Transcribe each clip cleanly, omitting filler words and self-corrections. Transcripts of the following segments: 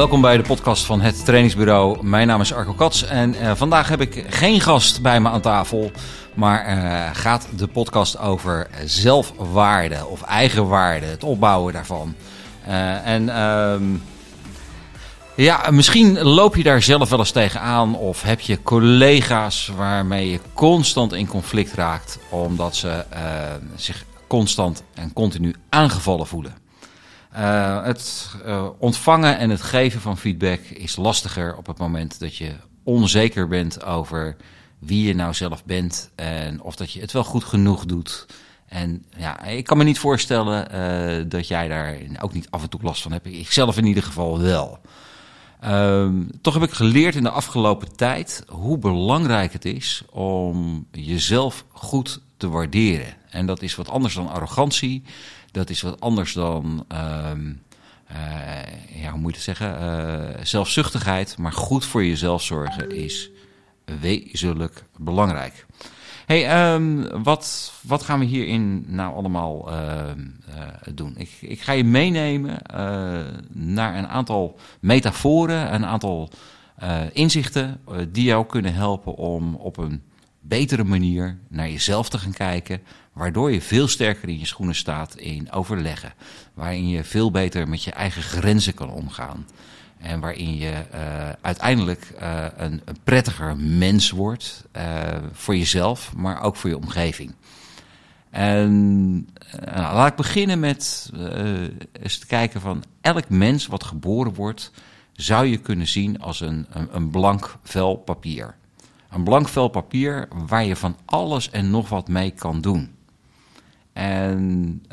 Welkom bij de podcast van het trainingsbureau. Mijn naam is Arco Kats en vandaag heb ik geen gast bij me aan tafel. Maar gaat de podcast over zelfwaarde of eigenwaarde, het opbouwen daarvan. Misschien loop je daar zelf wel eens tegenaan of heb je collega's waarmee je constant in conflict raakt omdat ze zich constant en continu aangevallen voelen. Het ontvangen en het geven van feedback is lastiger op het moment dat je onzeker bent over wie je nou zelf bent en of dat je het wel goed genoeg doet. En ja, ik kan me niet voorstellen dat jij daar ook niet af en toe last van hebt. Ik zelf in ieder geval wel. Toch heb ik geleerd in de afgelopen tijd hoe belangrijk het is om jezelf goed te waarderen. En dat is wat anders dan arrogantie. Dat is wat anders dan, hoe moet je het zeggen, zelfzuchtigheid. Maar goed voor jezelf zorgen is wezenlijk belangrijk. Hey, wat gaan we hierin nou allemaal doen? Ik ga je meenemen naar een aantal metaforen, een aantal inzichten die jou kunnen helpen om op een betere manier naar jezelf te gaan kijken, waardoor je veel sterker in je schoenen staat in overleggen, waarin je veel beter met je eigen grenzen kan omgaan en waarin je uiteindelijk een prettiger mens wordt voor jezelf, maar ook voor je omgeving. En laat ik beginnen met eens te kijken van elk mens wat geboren wordt, zou je kunnen zien als een blank vel papier. Een blank vel papier waar je van alles en nog wat mee kan doen. En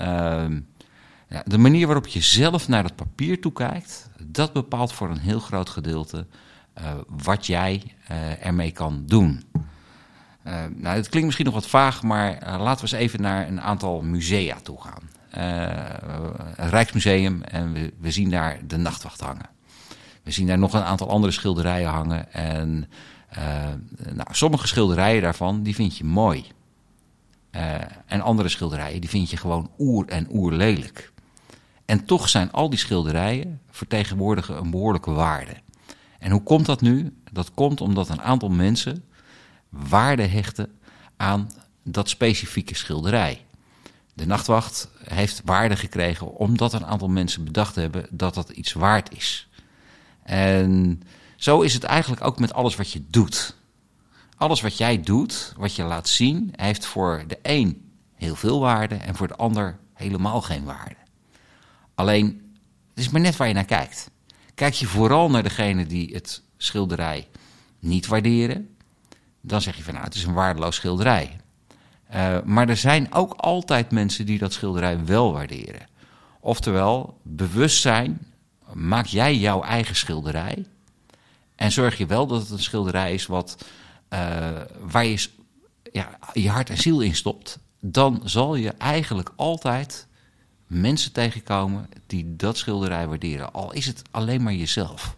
de manier waarop je zelf naar dat papier toekijkt, dat bepaalt voor een heel groot gedeelte wat jij ermee kan doen. Het klinkt misschien nog wat vaag, maar laten we eens even naar een aantal musea toe gaan. Een Rijksmuseum en we zien daar de Nachtwacht hangen. We zien daar nog een aantal andere schilderijen hangen en sommige schilderijen daarvan, die vind je mooi. En andere schilderijen, die vind je gewoon oerlelijk. En toch zijn al die schilderijen vertegenwoordigen een behoorlijke waarde. En hoe komt dat nu? Dat komt omdat een aantal mensen waarde hechten aan dat specifieke schilderij. De Nachtwacht heeft waarde gekregen omdat een aantal mensen bedacht hebben dat dat iets waard is. En zo is het eigenlijk ook met alles wat je doet. Alles wat jij doet, wat je laat zien, heeft voor de een heel veel waarde en voor de ander helemaal geen waarde. Alleen, het is maar net waar je naar kijkt. Kijk je vooral naar degene die het schilderij niet waarderen, dan zeg je van het is een waardeloos schilderij. Maar er zijn ook altijd mensen die dat schilderij wel waarderen. Oftewel, bewustzijn, maak jij jouw eigen schilderij en zorg je wel dat het een schilderij is waar je je hart en ziel in stopt, dan zal je eigenlijk altijd mensen tegenkomen die dat schilderij waarderen. Al is het alleen maar jezelf.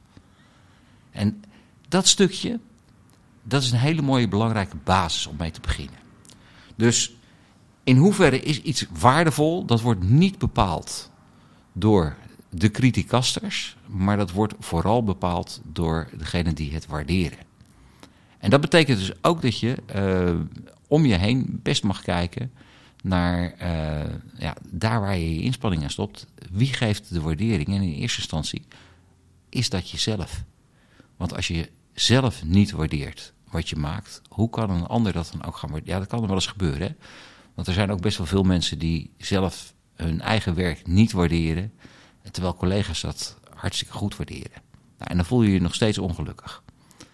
En dat stukje, dat is een hele mooie belangrijke basis om mee te beginnen. Dus in hoeverre is iets waardevol, dat wordt niet bepaald door de criticasters, maar dat wordt vooral bepaald door degenen die het waarderen. En dat betekent dus ook dat je om je heen best mag kijken naar daar waar je je inspanning aan stopt. Wie geeft de waardering? En in eerste instantie is dat jezelf. Want als je zelf niet waardeert wat je maakt, hoe kan een ander dat dan ook gaan waarderen? Ja, dat kan er wel eens gebeuren. Hè? Want er zijn ook best wel veel mensen die zelf hun eigen werk niet waarderen, terwijl collega's dat hartstikke goed waarderen. En dan voel je je nog steeds ongelukkig.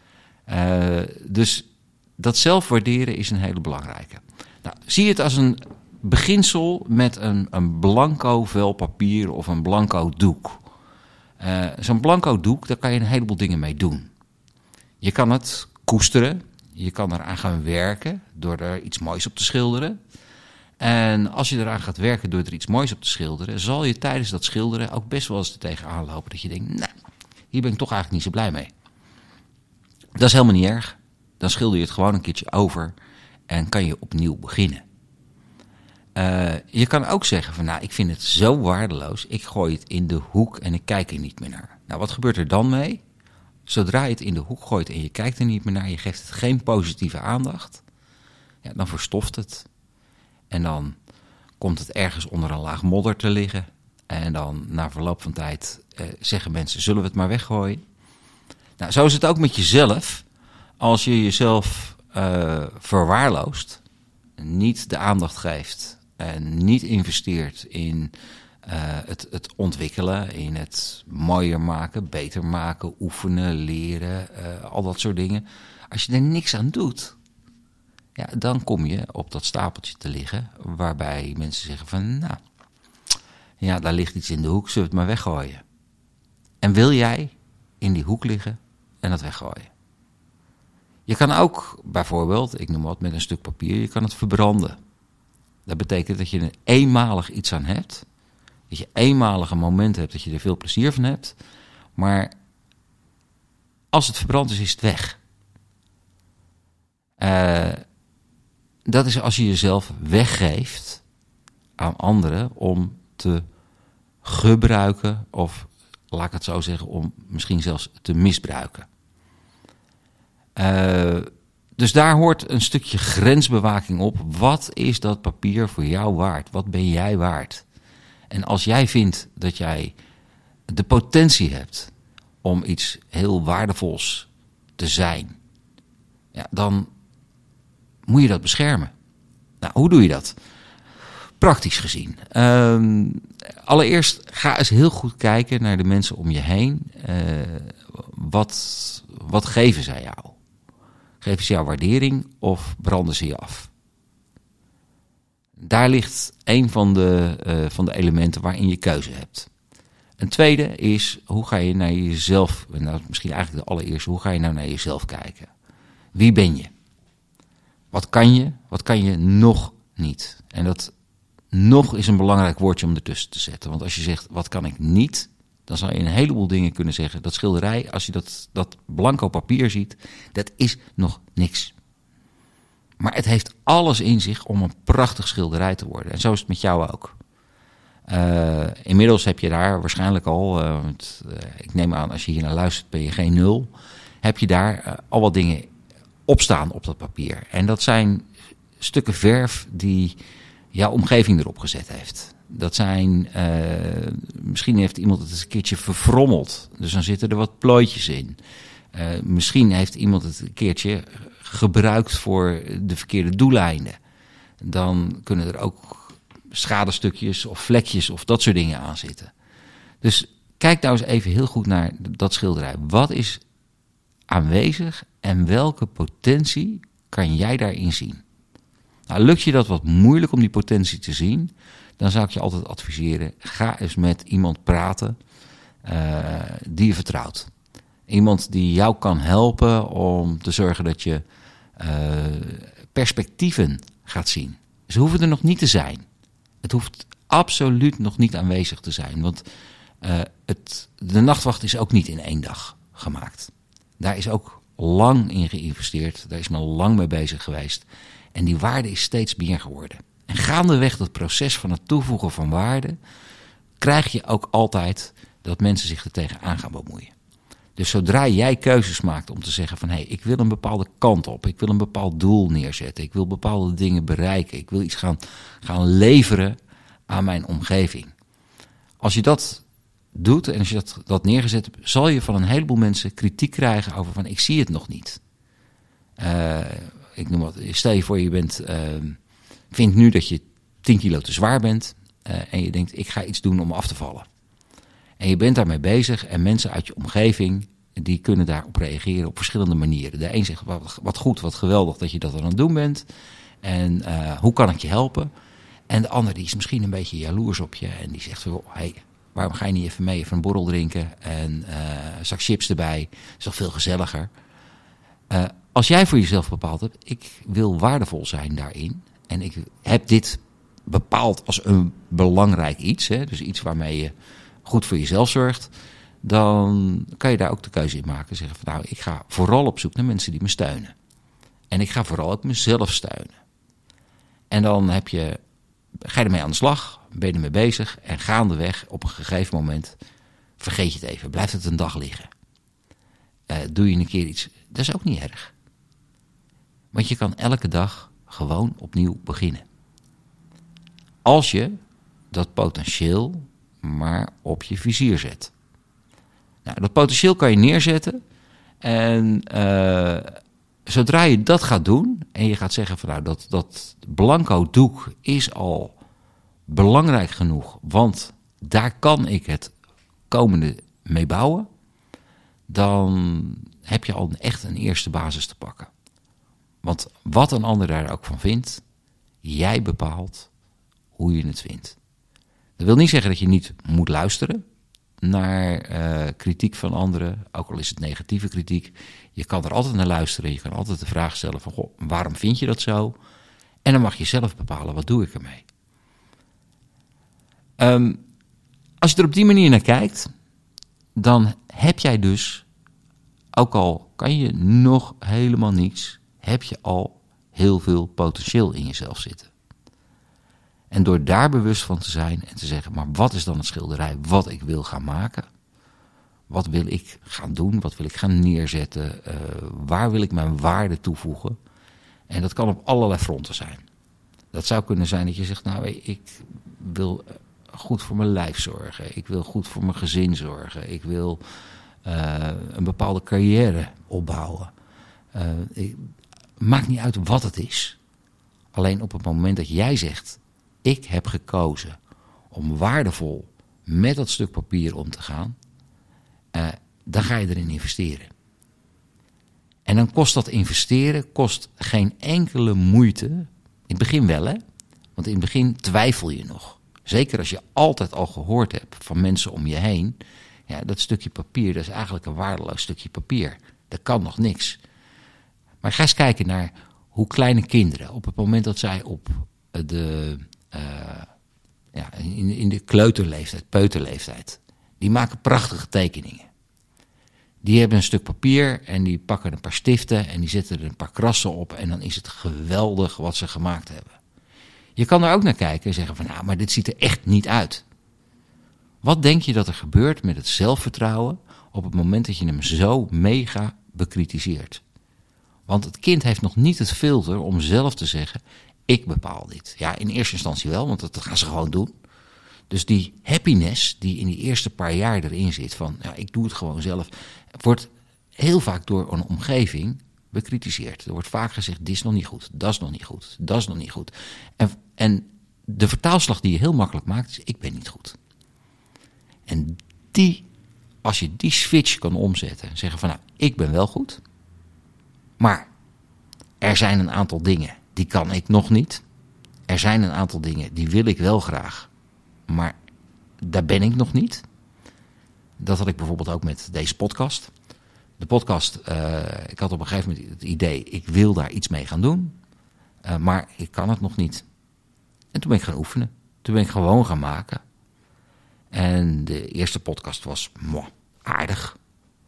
Dus dat zelfwaarderen is een hele belangrijke. Zie het als een beginsel met een blanco vel papier of een blanco doek. Zo'n blanco doek, daar kan je een heleboel dingen mee doen. Je kan het koesteren, je kan eraan gaan werken door er iets moois op te schilderen. En als je eraan gaat werken door er iets moois op te schilderen, zal je tijdens dat schilderen ook best wel eens er tegenaan lopen dat je denkt, hier ben ik toch eigenlijk niet zo blij mee. Dat is helemaal niet erg. Dan schilder je het gewoon een keertje over en kan je opnieuw beginnen. Je kan ook zeggen van, nou, ik vind het zo waardeloos. Ik gooi het in de hoek en ik kijk er niet meer naar. Nou, wat gebeurt er dan mee? Zodra je het in de hoek gooit en je kijkt er niet meer naar, je geeft het geen positieve aandacht, ja, dan verstoft het. En dan komt het ergens onder een laag modder te liggen. En dan na verloop van tijd zeggen mensen, zullen we het maar weggooien? Nou, zo is het ook met jezelf. Als je jezelf verwaarloost, niet de aandacht geeft en niet investeert in het ontwikkelen, in het mooier maken, beter maken, oefenen, leren, al dat soort dingen. Als je er niks aan doet, ja, dan kom je op dat stapeltje te liggen waarbij mensen zeggen van, nou, ja, daar ligt iets in de hoek, zullen we het maar weggooien? En wil jij in die hoek liggen en dat weggooien? Je kan ook bijvoorbeeld, ik noem wat, met een stuk papier, je kan het verbranden. Dat betekent dat je er eenmalig iets aan hebt. Dat je eenmalig een moment hebt dat je er veel plezier van hebt. Maar als het verbrand is, is het weg. Dat is als je jezelf weggeeft aan anderen om te gebruiken, of laat ik het zo zeggen, om misschien zelfs te misbruiken. Dus daar hoort een stukje grensbewaking op. Wat is dat papier voor jou waard? Wat ben jij waard? En als jij vindt dat jij de potentie hebt om iets heel waardevols te zijn, ja, dan moet je dat beschermen. Nou, hoe doe je dat? Praktisch gezien. Allereerst ga eens heel goed kijken naar de mensen om je heen. Wat geven zij jou? Geven ze jou waardering of branden ze je af? Daar ligt een van de elementen waarin je keuze hebt. Een tweede is, hoe ga je naar jezelf, nou, misschien eigenlijk de allereerste, hoe ga je nou naar jezelf kijken? Wie ben je? Wat kan je? Wat kan je nog niet? En dat nog is een belangrijk woordje om ertussen te zetten. Want als je zegt, wat kan ik niet? Dan zou je een heleboel dingen kunnen zeggen. Dat schilderij, als je dat blanco papier ziet, dat is nog niks. Maar het heeft alles in zich om een prachtig schilderij te worden. En zo is het met jou ook. Inmiddels heb je daar waarschijnlijk al, ik neem aan als je hier naar luistert ben je geen nul, heb je daar al wat dingen op staan op dat papier. En dat zijn stukken verf die jouw omgeving erop gezet heeft. Dat zijn, misschien heeft iemand het eens een keertje verfrommeld. Dus dan zitten er wat plooitjes in. Misschien heeft iemand het een keertje gebruikt voor de verkeerde doeleinden. Dan kunnen er ook schadestukjes of vlekjes of dat soort dingen aan zitten. Dus kijk nou eens even heel goed naar dat schilderij. Wat is aanwezig en welke potentie kan jij daarin zien? Nou, lukt je dat wat moeilijk om die potentie te zien, dan zou ik je altijd adviseren, ga eens met iemand praten die je vertrouwt. Iemand die jou kan helpen om te zorgen dat je perspectieven gaat zien. Ze hoeven er nog niet te zijn. Het hoeft absoluut nog niet aanwezig te zijn. Want de nachtwacht is ook niet in 1 dag gemaakt. Daar is ook lang in geïnvesteerd. Daar is men lang mee bezig geweest. En die waarde is steeds meer geworden. En gaandeweg dat proces van het toevoegen van waarde, krijg je ook altijd dat mensen zich er tegenaan gaan bemoeien. Dus zodra jij keuzes maakt om te zeggen van, ik wil een bepaalde kant op, ik wil een bepaald doel neerzetten, ik wil bepaalde dingen bereiken, ik wil iets gaan leveren aan mijn omgeving. Als je dat doet en als je dat neergezet hebt, zal je van een heleboel mensen kritiek krijgen over van, ik zie het nog niet. Ik noem wat, stel je voor je vindt nu dat je 10 kilo te zwaar bent en je denkt, ik ga iets doen om af te vallen. En je bent daarmee bezig en mensen uit je omgeving, die kunnen daarop reageren op verschillende manieren. De een zegt, wat goed, wat geweldig dat je dat aan het doen bent. En hoe kan ik je helpen? En de ander die is misschien een beetje jaloers op je en die zegt, waarom ga je niet even mee, even een borrel drinken en een zak chips erbij? Dat is toch veel gezelliger. Als jij voor jezelf bepaald hebt, ik wil waardevol zijn daarin. En ik heb dit bepaald als een belangrijk iets. Hè, dus iets waarmee je goed voor jezelf zorgt. Dan kan je daar ook de keuze in maken. Zeggen van ik ga vooral op zoek naar mensen die me steunen. En ik ga vooral ook mezelf steunen. En dan heb je ga je ermee aan de slag, ben je ermee bezig en gaandeweg op een gegeven moment vergeet je het even. Blijft het een dag liggen. Doe je een keer iets, dat is ook niet erg. Want je kan elke dag gewoon opnieuw beginnen. Als je dat potentieel maar op je vizier zet. Nou, dat potentieel kan je neerzetten. En zodra je dat gaat doen en je gaat zeggen van nou, dat blanco doek is al belangrijk genoeg, want daar kan ik het komende mee bouwen, dan heb je al echt een eerste basis te pakken. Want wat een ander daar ook van vindt, jij bepaalt hoe je het vindt. Dat wil niet zeggen dat je niet moet luisteren naar kritiek van anderen, ook al is het negatieve kritiek. Je kan er altijd naar luisteren, je kan altijd de vraag stellen van, goh, waarom vind je dat zo? En dan mag je zelf bepalen, wat doe ik ermee? Als je er op die manier naar kijkt, dan heb jij dus, ook al kan je nog helemaal niets, heb je al heel veel potentieel in jezelf zitten. En door daar bewust van te zijn en te zeggen, maar wat is dan het schilderij wat ik wil gaan maken? Wat wil ik gaan doen? Wat wil ik gaan neerzetten? Waar wil ik mijn waarde toevoegen? En dat kan op allerlei fronten zijn. Dat zou kunnen zijn dat je zegt, nou, ik wil goed voor mijn lijf zorgen. Ik wil goed voor mijn gezin zorgen. Ik wil een bepaalde carrière opbouwen. Maakt niet uit wat het is. Alleen op het moment dat jij zegt, ik heb gekozen om waardevol met dat stuk papier om te gaan, dan ga je erin investeren. En dan kost dat investeren geen enkele moeite. In het begin wel, hè? Want in het begin twijfel je nog. Zeker als je altijd al gehoord hebt van mensen om je heen. Ja, dat stukje papier, dat is eigenlijk een waardeloos stukje papier. Dat kan nog niks. Maar ga eens kijken naar hoe kleine kinderen, op het moment dat zij op in de kleuterleeftijd, peuterleeftijd, die maken prachtige tekeningen. Die hebben een stuk papier en die pakken een paar stiften en die zetten er een paar krassen op en dan is het geweldig wat ze gemaakt hebben. Je kan er ook naar kijken en zeggen van nou, maar dit ziet er echt niet uit. Wat denk je dat er gebeurt met het zelfvertrouwen op het moment dat je hem zo mega bekritiseert? Want het kind heeft nog niet het filter om zelf te zeggen, ik bepaal dit. Ja, in eerste instantie wel, want dat gaan ze gewoon doen. Dus die happiness die in die eerste paar jaar erin zit, van ja, ik doe het gewoon zelf, wordt heel vaak door een omgeving bekritiseerd. Er wordt vaak gezegd, dit is nog niet goed, dat is nog niet goed, dat is nog niet goed. En de vertaalslag die je heel makkelijk maakt is, ik ben niet goed. En als je die switch kan omzetten, zeggen van nou, ik ben wel goed, maar er zijn een aantal dingen die kan ik nog niet. Er zijn een aantal dingen die wil ik wel graag, maar daar ben ik nog niet. Dat had ik bijvoorbeeld ook met deze podcast. De podcast, ik had op een gegeven moment het idee, ik wil daar iets mee gaan doen, maar ik kan het nog niet. En toen ben ik gaan oefenen. Toen ben ik gewoon gaan maken. En de eerste podcast was aardig.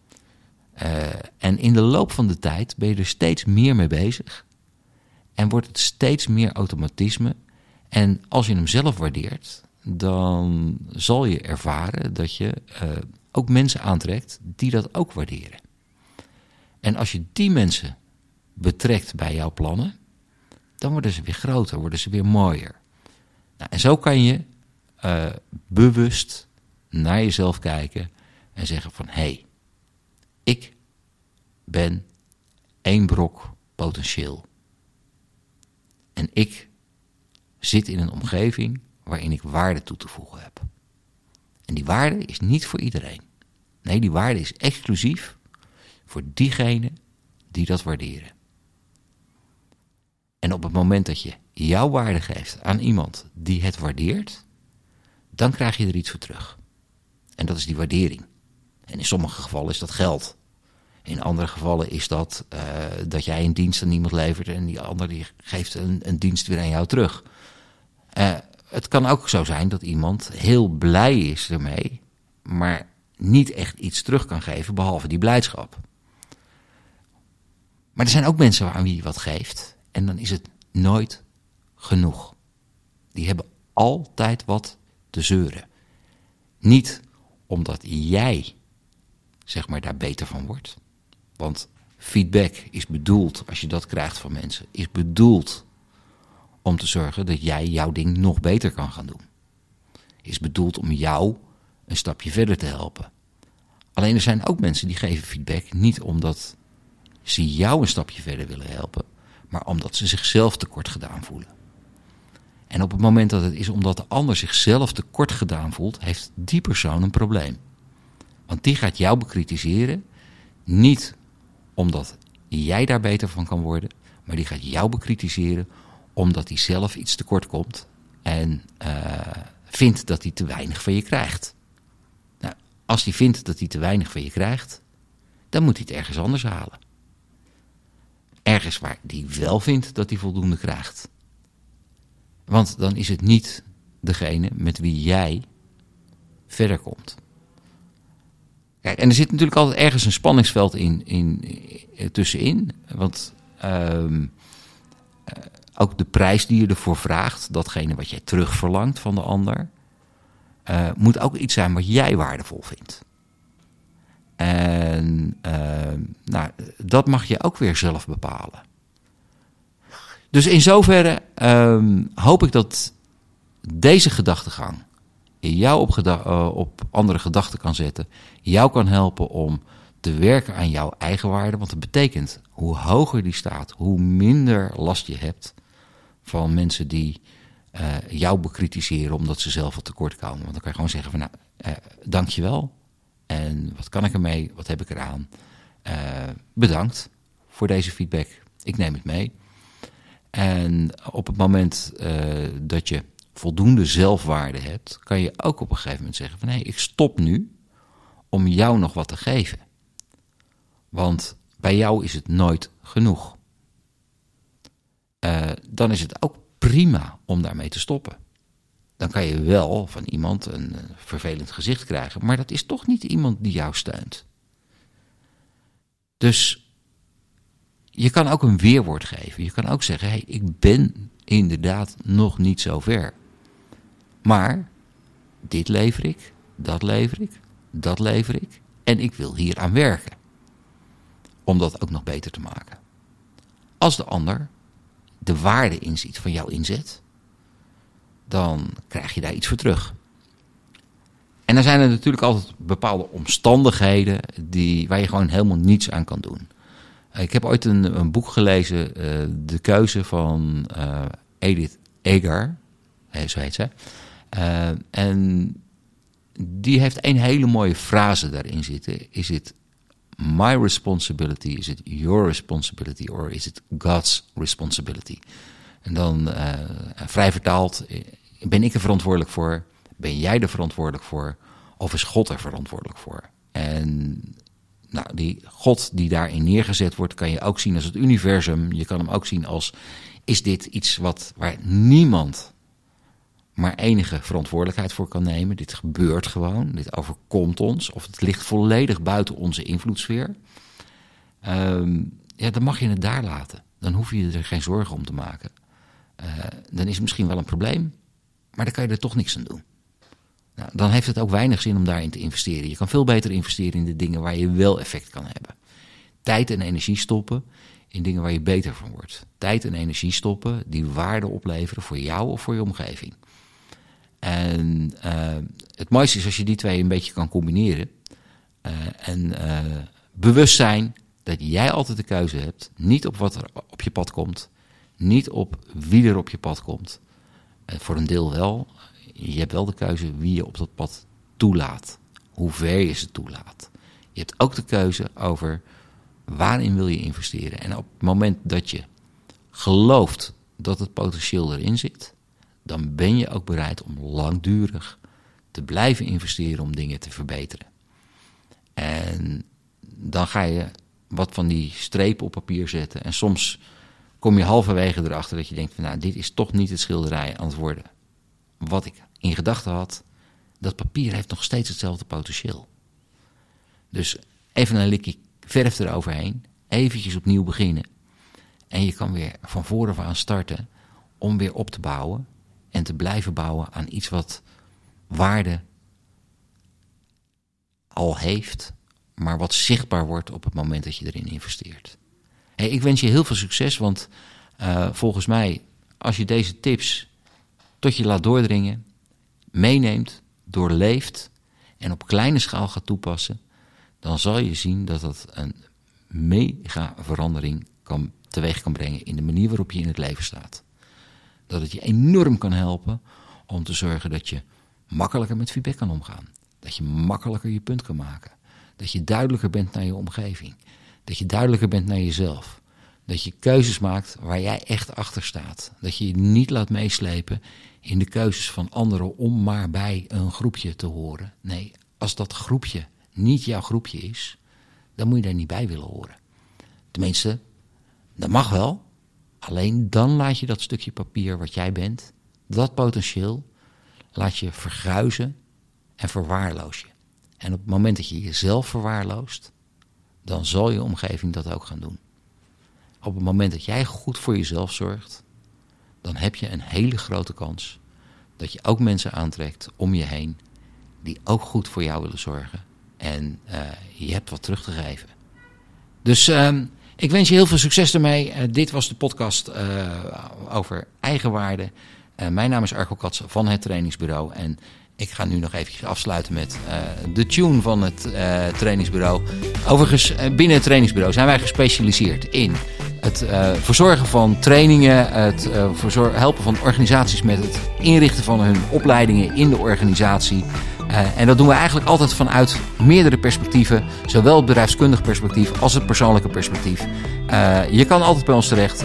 En in de loop van de tijd ben je er steeds meer mee bezig. En wordt het steeds meer automatisme. En als je hem zelf waardeert, dan zal je ervaren dat je ook mensen aantrekt die dat ook waarderen. En als je die mensen betrekt bij jouw plannen, dan worden ze weer groter, worden ze weer mooier. Nou, en zo kan je bewust naar jezelf kijken en zeggen van hé, ik ben 1 brok potentieel. En ik zit in een omgeving waarin ik waarde toe te voegen heb. En die waarde is niet voor iedereen. Nee, die waarde is exclusief voor diegenen die dat waarderen. En op het moment dat je jouw waarde geeft aan iemand die het waardeert, dan krijg je er iets voor terug. En dat is die waardering. En in sommige gevallen is dat geld. In andere gevallen is dat dat jij een dienst aan iemand levert en die ander die geeft een dienst weer aan jou terug. Het kan ook zo zijn dat iemand heel blij is ermee, maar niet echt iets terug kan geven behalve die blijdschap. Maar er zijn ook mensen aan wie je wat geeft en dan is het nooit genoeg. Die hebben altijd wat te zeuren. Niet omdat jij, zeg maar, daar beter van wordt. Want feedback is bedoeld, als je dat krijgt van mensen, is bedoeld om te zorgen dat jij jouw ding nog beter kan gaan doen. Is bedoeld om jou een stapje verder te helpen. Alleen er zijn ook mensen die geven feedback niet omdat ze jou een stapje verder willen helpen, maar omdat ze zichzelf tekort gedaan voelen. En op het moment dat het is omdat de ander zichzelf tekort gedaan voelt, heeft die persoon een probleem. Want die gaat jou bekritiseren, niet omdat jij daar beter van kan worden, maar die gaat jou bekritiseren omdat hij zelf iets tekort komt en vindt dat hij te weinig van je krijgt. Nou, als hij vindt dat hij te weinig van je krijgt, dan moet hij het ergens anders halen. Ergens waar hij wel vindt dat hij voldoende krijgt. Want dan is het niet degene met wie jij verder komt. Kijk, en er zit natuurlijk altijd ergens een spanningsveld tussenin. Want ook de prijs die je ervoor vraagt, datgene wat jij terugverlangt van de ander, moet ook iets zijn wat jij waardevol vindt. En dat mag je ook weer zelf bepalen. Dus in zoverre hoop ik dat deze gedachtegang jou op andere gedachten kan zetten. Jou kan helpen om te werken aan jouw eigen waarde. Want dat betekent, hoe hoger die staat, hoe minder last je hebt van mensen die jou bekritiseren omdat ze zelf wat tekort komen. Want dan kan je gewoon zeggen van dankjewel. En wat kan ik ermee? Wat heb ik eraan? Bedankt voor deze feedback. Ik neem het mee. En op het moment dat je voldoende zelfwaarde hebt, kan je ook op een gegeven moment zeggen van nee, ik stop nu om jou nog wat te geven. Want bij jou is het nooit genoeg. Dan is het ook prima om daarmee te stoppen. Dan kan je wel van iemand een vervelend gezicht krijgen, maar dat is toch niet iemand die jou steunt. Dus je kan ook een weerwoord geven. Je kan ook zeggen, hey, ik ben inderdaad nog niet zo ver. Maar dit lever ik, dat lever ik, dat lever ik. En ik wil hier aan werken. Om dat ook nog beter te maken. Als de ander de waarde inziet van jouw inzet, dan krijg je daar iets voor terug. En dan zijn er natuurlijk altijd bepaalde omstandigheden waar je gewoon helemaal niets aan kan doen. Ik heb ooit een boek gelezen, De Keuze van Edith Eger, zo heet zij. En die heeft een hele mooie frase daarin zitten. Is it my responsibility, is it your responsibility, or is it God's responsibility? En dan vrij vertaald, ben ik er verantwoordelijk voor? Ben jij er verantwoordelijk voor? Of is God er verantwoordelijk voor? En die God die daarin neergezet wordt, kan je ook zien als het universum. Je kan hem ook zien als, is dit iets waar niemand maar enige verantwoordelijkheid voor kan nemen? Dit gebeurt gewoon, dit overkomt ons, of het ligt volledig buiten onze invloedssfeer. Dan mag je het daar laten. Dan hoef je er geen zorgen om te maken. Dan is het misschien wel een probleem, maar dan kan je er toch niks aan doen. Nou, dan heeft het ook weinig zin om daarin te investeren. Je kan veel beter investeren in de dingen waar je wel effect kan hebben. Tijd en energie stoppen in dingen waar je beter van wordt. Tijd en energie stoppen die waarde opleveren voor jou of voor je omgeving. En het mooiste is als je die twee een beetje kan combineren. En bewust zijn dat jij altijd de keuze hebt. Niet op wat er op je pad komt. Niet op wie er op je pad komt. Voor een deel wel. Je hebt wel de keuze wie je op dat pad toelaat. Hoe ver je ze toelaat. Je hebt ook de keuze over waarin wil je investeren. En op het moment dat je gelooft dat het potentieel erin zit, dan ben je ook bereid om langdurig te blijven investeren om dingen te verbeteren. En dan ga je wat van die strepen op papier zetten. En soms kom je halverwege erachter dat je denkt van dit is toch niet het schilderij aan het worden wat ik in gedachten had. Dat papier heeft nog steeds hetzelfde potentieel. Dus even een likje verf eroverheen. Eventjes opnieuw beginnen. En je kan weer van voren af aan starten om weer op te bouwen. en te blijven bouwen aan iets wat waarde al heeft, maar wat zichtbaar wordt op het moment dat je erin investeert. Hey, ik wens je heel veel succes, want volgens mij, als je deze tips tot je laat doordringen, meeneemt, doorleeft en op kleine schaal gaat toepassen, dan zal je zien dat dat een mega verandering teweeg kan brengen in de manier waarop je in het leven staat. Dat het je enorm kan helpen om te zorgen dat je makkelijker met feedback kan omgaan. Dat je makkelijker je punt kan maken. Dat je duidelijker bent naar je omgeving. Dat je duidelijker bent naar jezelf. Dat je keuzes maakt waar jij echt achter staat. Dat je je niet laat meeslepen in de keuzes van anderen om maar bij een groepje te horen. Nee, als dat groepje niet jouw groepje is, dan moet je daar niet bij willen horen. Tenminste, dat mag wel. Alleen dan laat je dat stukje papier wat jij bent, dat potentieel, laat je vergruizen en verwaarloos je. En op het moment dat je jezelf verwaarloost, dan zal je omgeving dat ook gaan doen. Op het moment dat jij goed voor jezelf zorgt, dan heb je een hele grote kans dat je ook mensen aantrekt om je heen die ook goed voor jou willen zorgen. En je hebt wat terug te geven. Dus ik wens je heel veel succes ermee. Dit was de podcast over eigenwaarde. Mijn naam is Arco Katz van het trainingsbureau. En ik ga nu nog eventjes afsluiten met de tune van het trainingsbureau. Overigens, binnen het trainingsbureau zijn wij gespecialiseerd in het verzorgen van trainingen, het helpen van organisaties met het inrichten van hun opleidingen in de organisatie. En dat doen we eigenlijk altijd vanuit meerdere perspectieven. Zowel het bedrijfskundig perspectief als het persoonlijke perspectief. Je kan altijd bij ons terecht.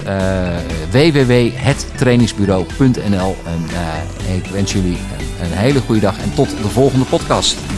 www.hettrainingsbureau.nl. En ik wens jullie een hele goede dag en tot de volgende podcast.